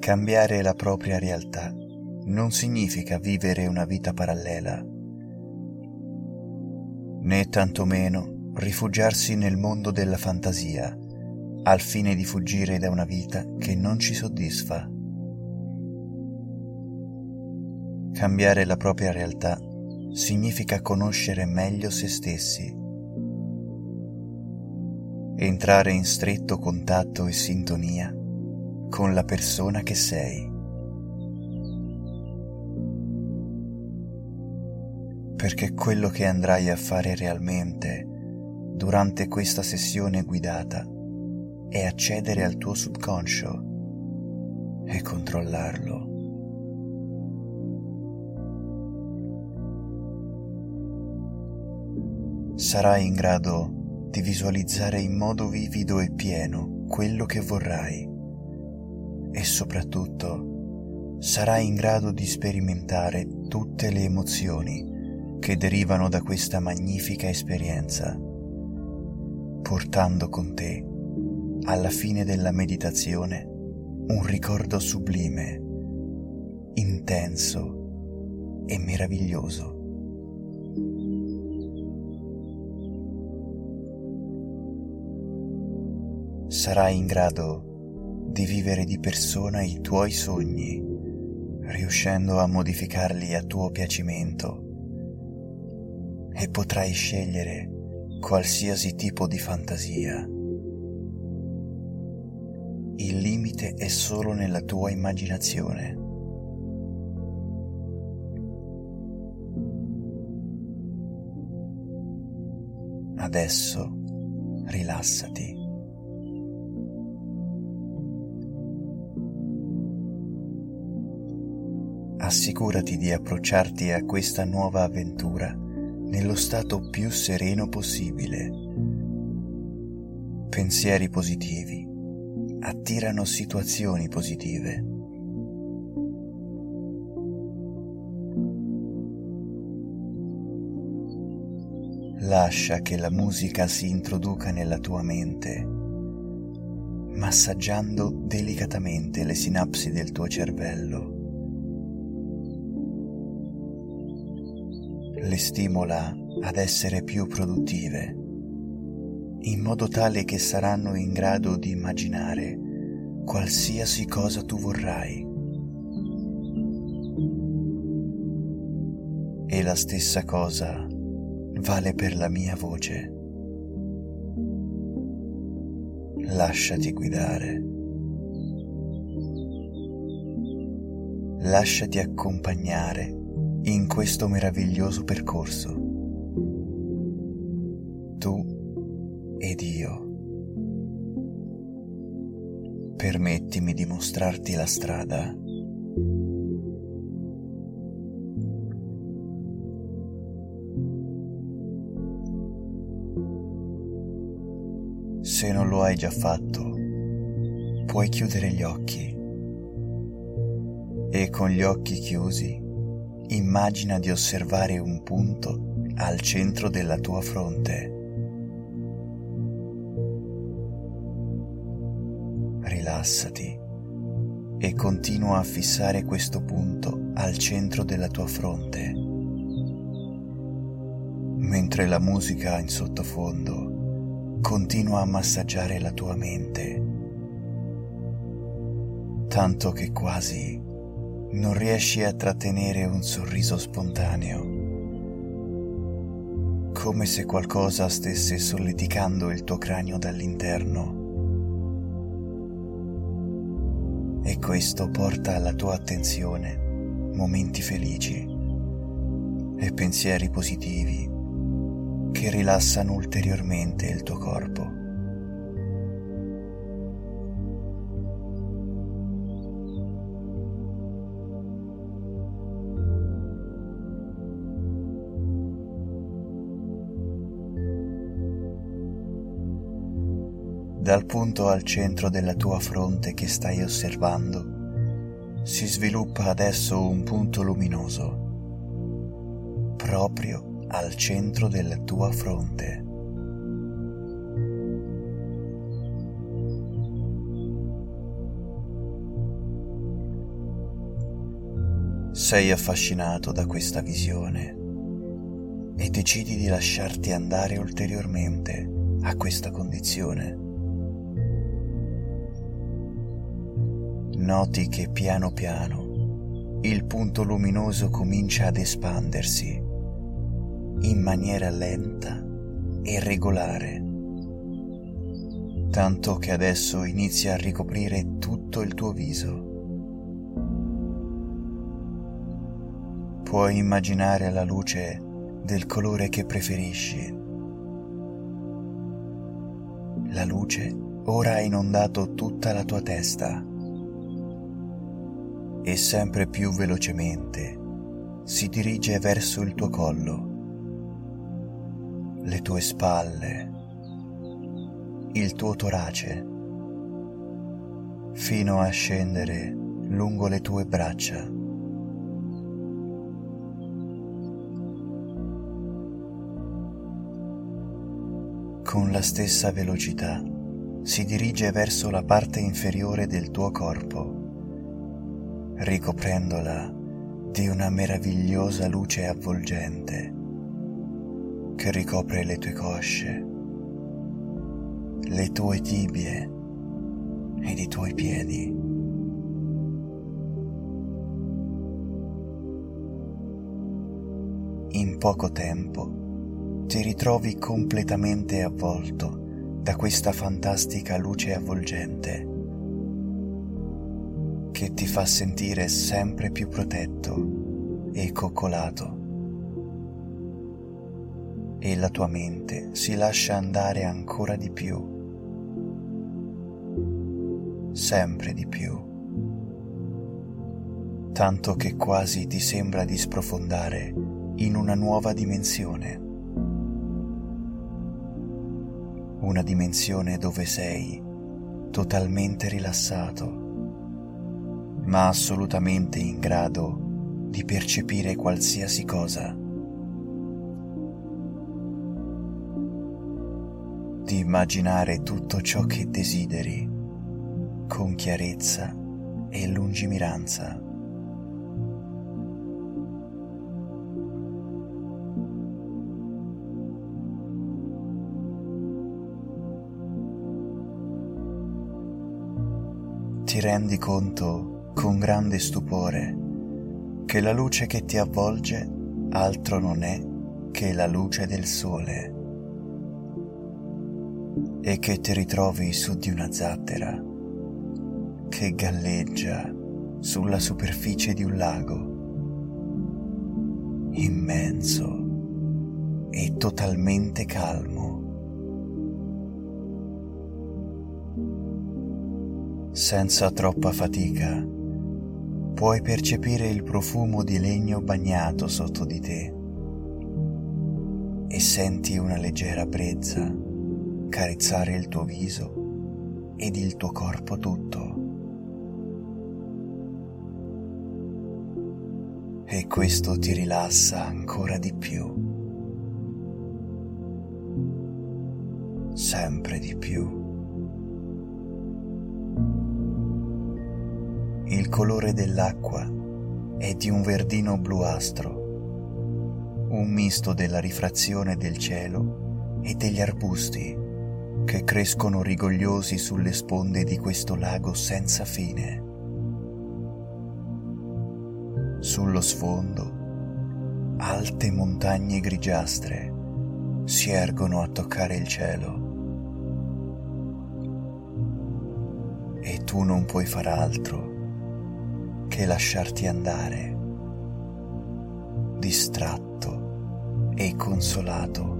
Cambiare la propria realtà non significa vivere una vita parallela, né tantomeno rifugiarsi nel mondo della fantasia al fine di fuggire da una vita che non ci soddisfa. Cambiare la propria realtà significa conoscere meglio se stessi, entrare in stretto contatto e sintonia con la persona che sei. Perché quello che andrai a fare realmente durante questa sessione guidata è accedere al tuo subconscio e controllarlo. Sarai in grado di visualizzare in modo vivido e pieno quello che vorrai e soprattutto sarai in grado di sperimentare tutte le emozioni che derivano da questa magnifica esperienza, portando con te, alla fine della meditazione, un ricordo sublime, intenso e meraviglioso. Sarai in grado di vivere di persona i tuoi sogni, riuscendo a modificarli a tuo piacimento, e potrai scegliere qualsiasi tipo di fantasia. Il limite è solo nella tua immaginazione. Adesso rilassati. Assicurati di approcciarti a questa nuova avventura nello stato più sereno possibile. Pensieri positivi attirano situazioni positive. Lascia che la musica si introduca nella tua mente, massaggiando delicatamente le sinapsi del tuo cervello. Le stimola ad essere più produttive, in modo tale che saranno in grado di immaginare qualsiasi cosa tu vorrai. E la stessa cosa vale per la mia voce. Lasciati guidare. Lasciati accompagnare in questo meraviglioso percorso. Tu ed io. Permettimi di mostrarti la strada. Se non lo hai già fatto, puoi chiudere gli occhi e con gli occhi chiusi immagina di osservare un punto al centro della tua fronte. Rilassati e continua a fissare questo punto al centro della tua fronte, mentre la musica in sottofondo continua a massaggiare la tua mente, tanto che quasi non riesci a trattenere un sorriso spontaneo, come se qualcosa stesse solleticando il tuo cranio dall'interno. E questo porta alla tua attenzione momenti felici e pensieri positivi che rilassano ulteriormente il tuo corpo. Dal punto al centro della tua fronte che stai osservando si sviluppa adesso un punto luminoso, proprio al centro della tua fronte. Sei affascinato da questa visione e decidi di lasciarti andare ulteriormente a questa condizione. Noti che piano piano il punto luminoso comincia ad espandersi in maniera lenta e regolare, tanto che adesso inizia a ricoprire tutto il tuo viso. Puoi immaginare la luce del colore che preferisci. La luce ora ha inondato tutta la tua testa e sempre più velocemente si dirige verso il tuo collo, le tue spalle, il tuo torace, fino a scendere lungo le tue braccia. Con la stessa velocità si dirige verso la parte inferiore del tuo corpo, ricoprendola di una meravigliosa luce avvolgente che ricopre le tue cosce, le tue tibie ed i tuoi piedi. In poco tempo ti ritrovi completamente avvolto da questa fantastica luce avvolgente che ti fa sentire sempre più protetto e coccolato, e la tua mente si lascia andare ancora di più, sempre di più, tanto che quasi ti sembra di sprofondare in una nuova dimensione. Una dimensione dove sei totalmente rilassato, ma assolutamente in grado di percepire qualsiasi cosa, di immaginare tutto ciò che desideri con chiarezza e lungimiranza. Ti rendi conto con grande stupore che la luce che ti avvolge altro non è che la luce del sole, e che ti ritrovi su di una zattera che galleggia sulla superficie di un lago immenso e totalmente calmo. Senza troppa fatica puoi percepire il profumo di legno bagnato sotto di te e senti una leggera brezza carezzare il tuo viso ed il tuo corpo tutto. E questo ti rilassa ancora di più, sempre di più. Il colore dell'acqua è di un verdino bluastro, un misto della rifrazione del cielo e degli arbusti che crescono rigogliosi sulle sponde di questo lago senza fine. Sullo sfondo, alte montagne grigiastre si ergono a toccare il cielo, e tu non puoi far altro che lasciarti andare, distratto e consolato.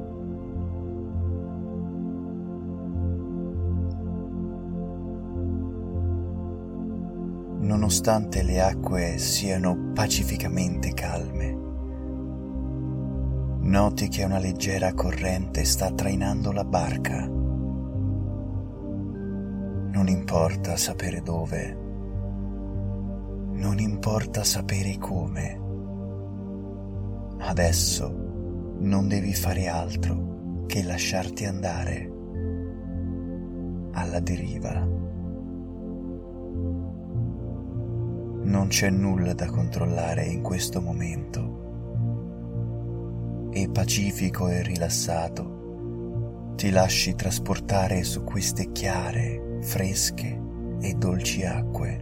Nonostante le acque siano pacificamente calme, noti che una leggera corrente sta trainando la barca. Non importa sapere dove, non importa sapere come. Adesso non devi fare altro che lasciarti andare alla deriva. Non c'è nulla da controllare in questo momento. E pacifico e rilassato, ti lasci trasportare su queste chiare, fresche e dolci acque.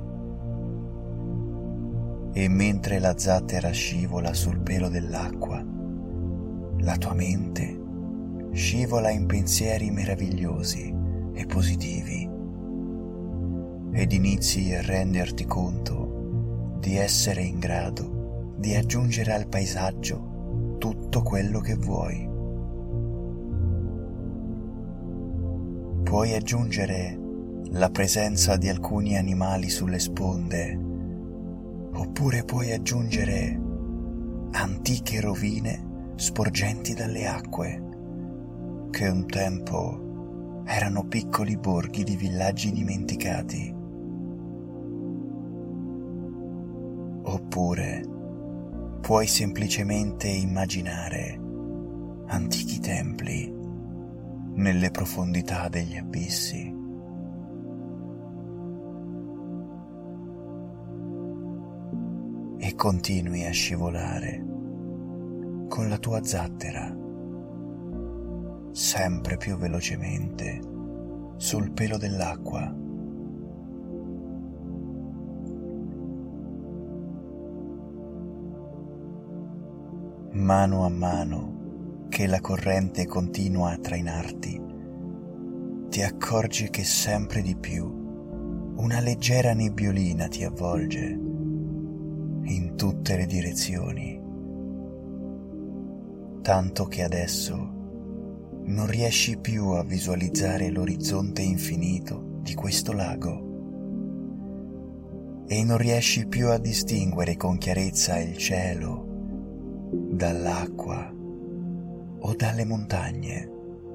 E mentre la zattera scivola sul pelo dell'acqua, la tua mente scivola in pensieri meravigliosi e positivi ed inizi a renderti conto di essere in grado di aggiungere al paesaggio tutto quello che vuoi. Puoi aggiungere la presenza di alcuni animali sulle sponde, oppure puoi aggiungere antiche rovine sporgenti dalle acque, che un tempo erano piccoli borghi di villaggi dimenticati. Oppure puoi semplicemente immaginare antichi templi nelle profondità degli abissi. E continui a scivolare con la tua zattera sempre più velocemente sul pelo dell'acqua. Mano a mano che la corrente continua a trainarti, ti accorgi che sempre di più una leggera nebbiolina ti avvolge in tutte le direzioni, tanto che adesso non riesci più a visualizzare l'orizzonte infinito di questo lago e non riesci più a distinguere con chiarezza il cielo dall'acqua o dalle montagne.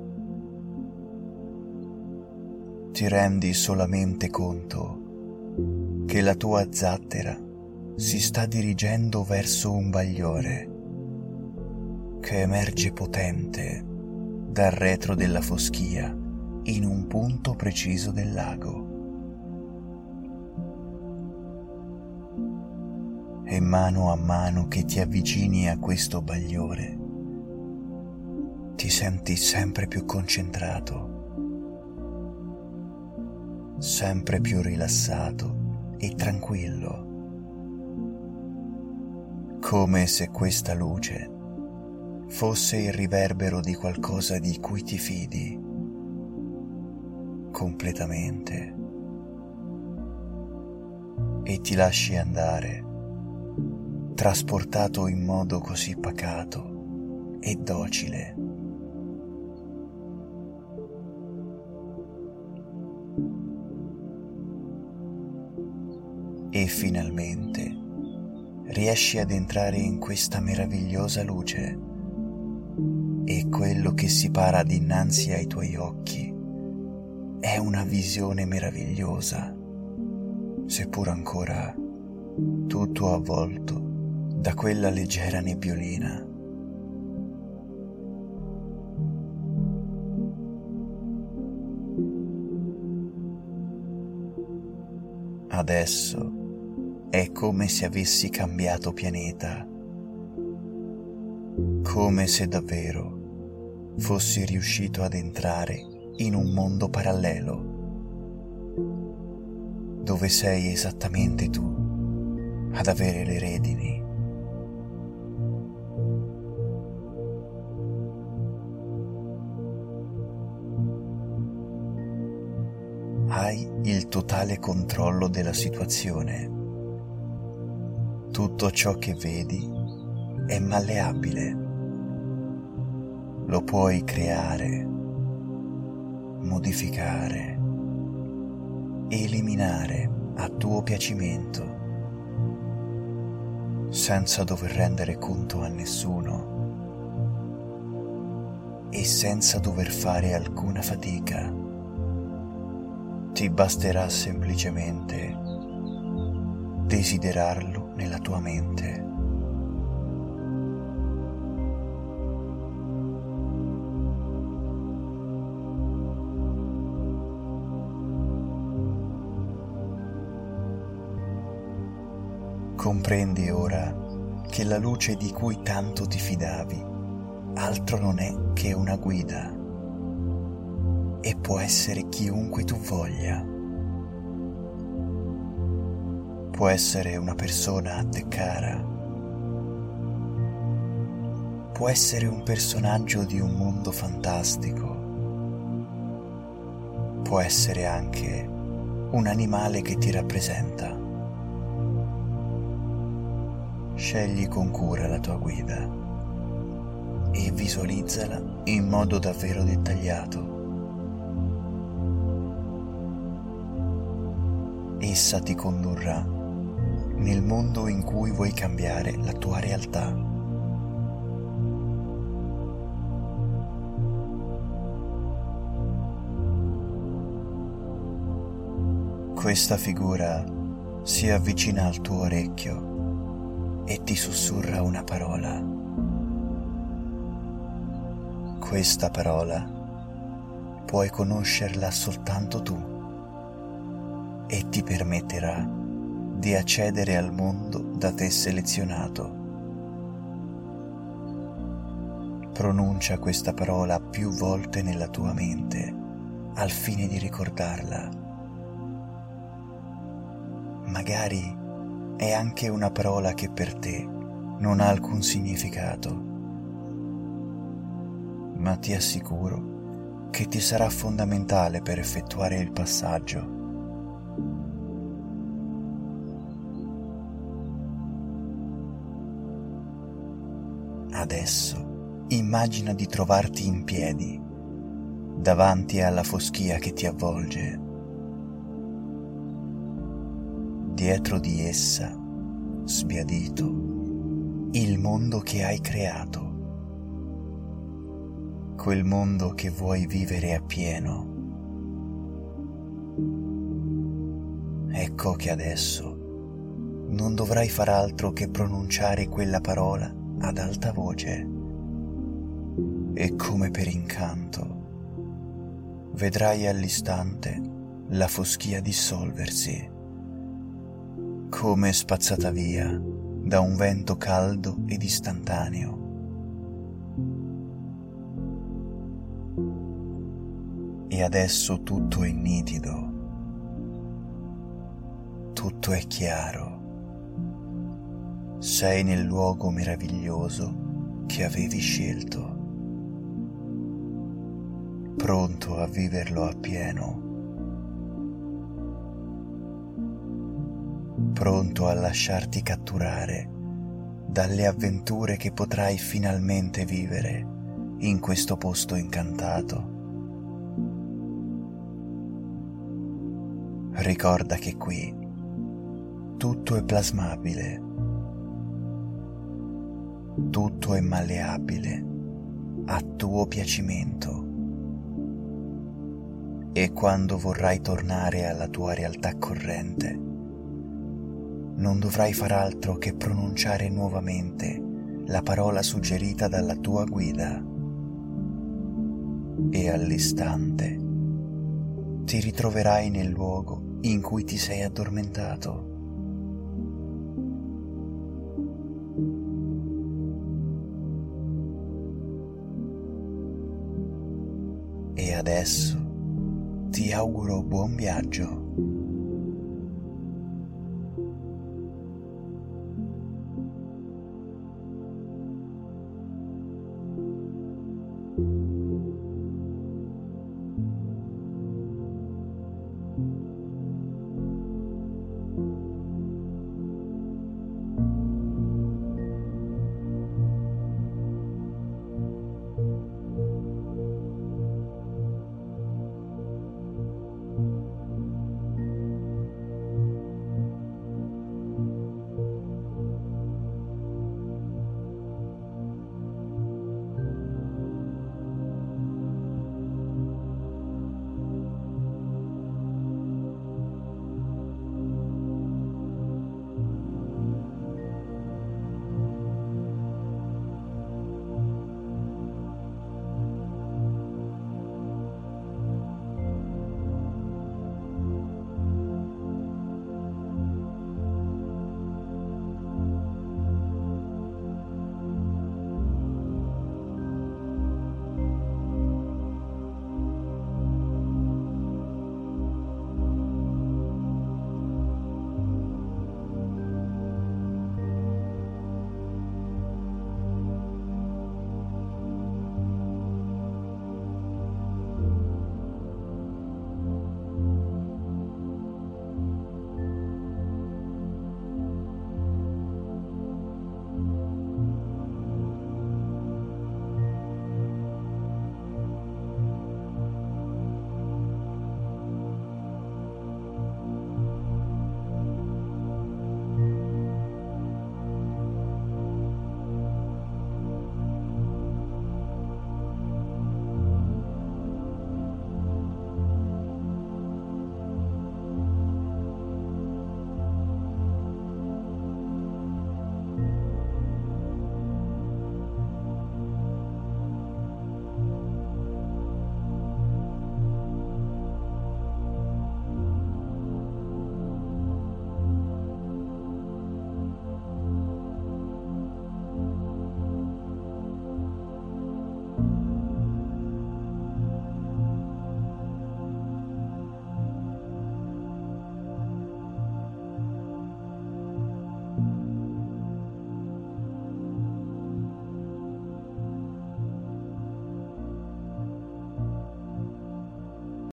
Ti rendi solamente conto che la tua zattera si sta dirigendo verso un bagliore che emerge potente dal retro della foschia in un punto preciso del lago. E mano a mano che ti avvicini a questo bagliore, ti senti sempre più concentrato, sempre più rilassato e tranquillo, come se questa luce fosse il riverbero di qualcosa di cui ti fidi completamente e ti lasci andare, trasportato in modo così pacato e docile. E finalmente riesci ad entrare in questa meravigliosa luce e quello che si para dinanzi ai tuoi occhi è una visione meravigliosa, seppur ancora tutto avvolto da quella leggera nebbiolina. Adesso è come se avessi cambiato pianeta, come se davvero fossi riuscito ad entrare in un mondo parallelo, dove sei esattamente tu ad avere le redini. Hai il totale controllo della situazione. Tutto ciò che vedi è malleabile. Lo puoi creare, modificare, eliminare a tuo piacimento, senza dover rendere conto a nessuno e senza dover fare alcuna fatica. Ti basterà semplicemente desiderarlo nella tua mente. Comprendi ora che la luce di cui tanto ti fidavi altro non è che una guida e può essere chiunque tu voglia. Può essere una persona a te cara, può essere un personaggio di un mondo fantastico, può essere anche un animale che ti rappresenta. Scegli con cura la tua guida e visualizzala in modo davvero dettagliato. Essa ti condurrà nel mondo in cui vuoi cambiare la tua realtà. Questa figura si avvicina al tuo orecchio e ti sussurra una parola. Questa parola puoi conoscerla soltanto tu e ti permetterà di accedere al mondo da te selezionato. Pronuncia questa parola più volte nella tua mente al fine di ricordarla. Magari è anche una parola che per te non ha alcun significato, ma ti assicuro che ti sarà fondamentale per effettuare il passaggio. Adesso immagina di trovarti in piedi davanti alla foschia che ti avvolge. Dietro di essa, sbiadito, il mondo che hai creato, quel mondo che vuoi vivere appieno. Ecco che adesso non dovrai far altro che pronunciare quella parola ad alta voce e come per incanto vedrai all'istante la foschia dissolversi, come spazzata via da un vento caldo ed istantaneo. E adesso tutto è nitido, tutto è chiaro. Sei nel luogo meraviglioso che avevi scelto, pronto a viverlo appieno, pronto a lasciarti catturare dalle avventure che potrai finalmente vivere in questo posto incantato. Ricorda che qui tutto è plasmabile, tutto è malleabile a tuo piacimento e quando vorrai tornare alla tua realtà corrente non dovrai far altro che pronunciare nuovamente la parola suggerita dalla tua guida e all'istante ti ritroverai nel luogo in cui ti sei addormentato. E adesso ti auguro buon viaggio.